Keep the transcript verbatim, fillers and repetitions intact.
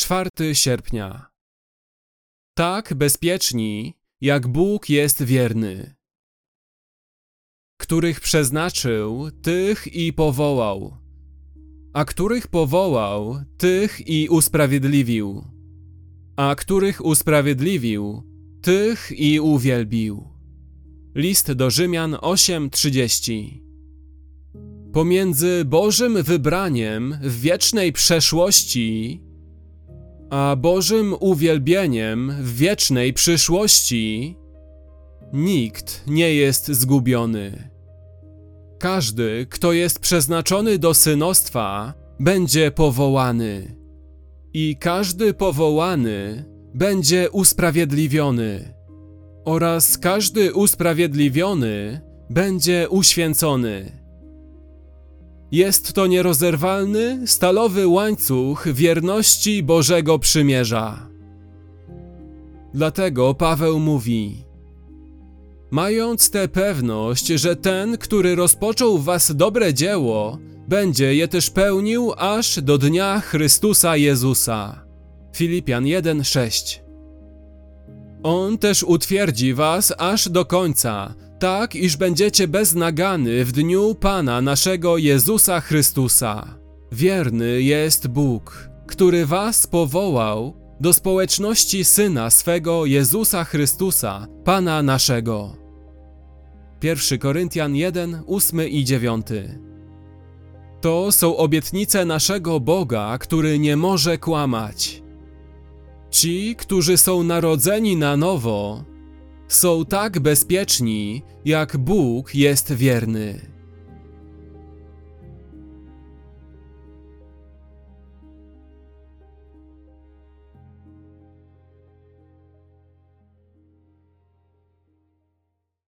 czwartego sierpnia. Tak bezpieczni, jak Bóg jest wierny, których przeznaczył, tych i powołał, a których powołał, tych i usprawiedliwił, a których usprawiedliwił, tych i uwielbił. List do Rzymian osiem trzydzieści. Pomiędzy Bożym wybraniem w wiecznej przeszłości a Bożym uwielbieniem w wiecznej przyszłości nikt nie jest zgubiony. Każdy, kto jest przeznaczony do synostwa, będzie powołany. I każdy powołany będzie usprawiedliwiony. Oraz każdy usprawiedliwiony będzie uświęcony. Jest to nierozerwalny, stalowy łańcuch wierności Bożego Przymierza. Dlatego Paweł mówi: mając tę pewność, że ten, który rozpoczął w was dobre dzieło, będzie je też pełnił aż do dnia Chrystusa Jezusa. Filipian jeden sześć. On też utwierdzi was aż do końca, tak iż będziecie bez nagany w dniu Pana naszego Jezusa Chrystusa. Wierny jest Bóg, który was powołał do społeczności Syna swego Jezusa Chrystusa, Pana naszego. pierwszy Koryntian jeden, ósmy i dziewiąty. To są obietnice naszego Boga, który nie może kłamać. Ci, którzy są narodzeni na nowo, są tak bezpieczni, jak Bóg jest wierny.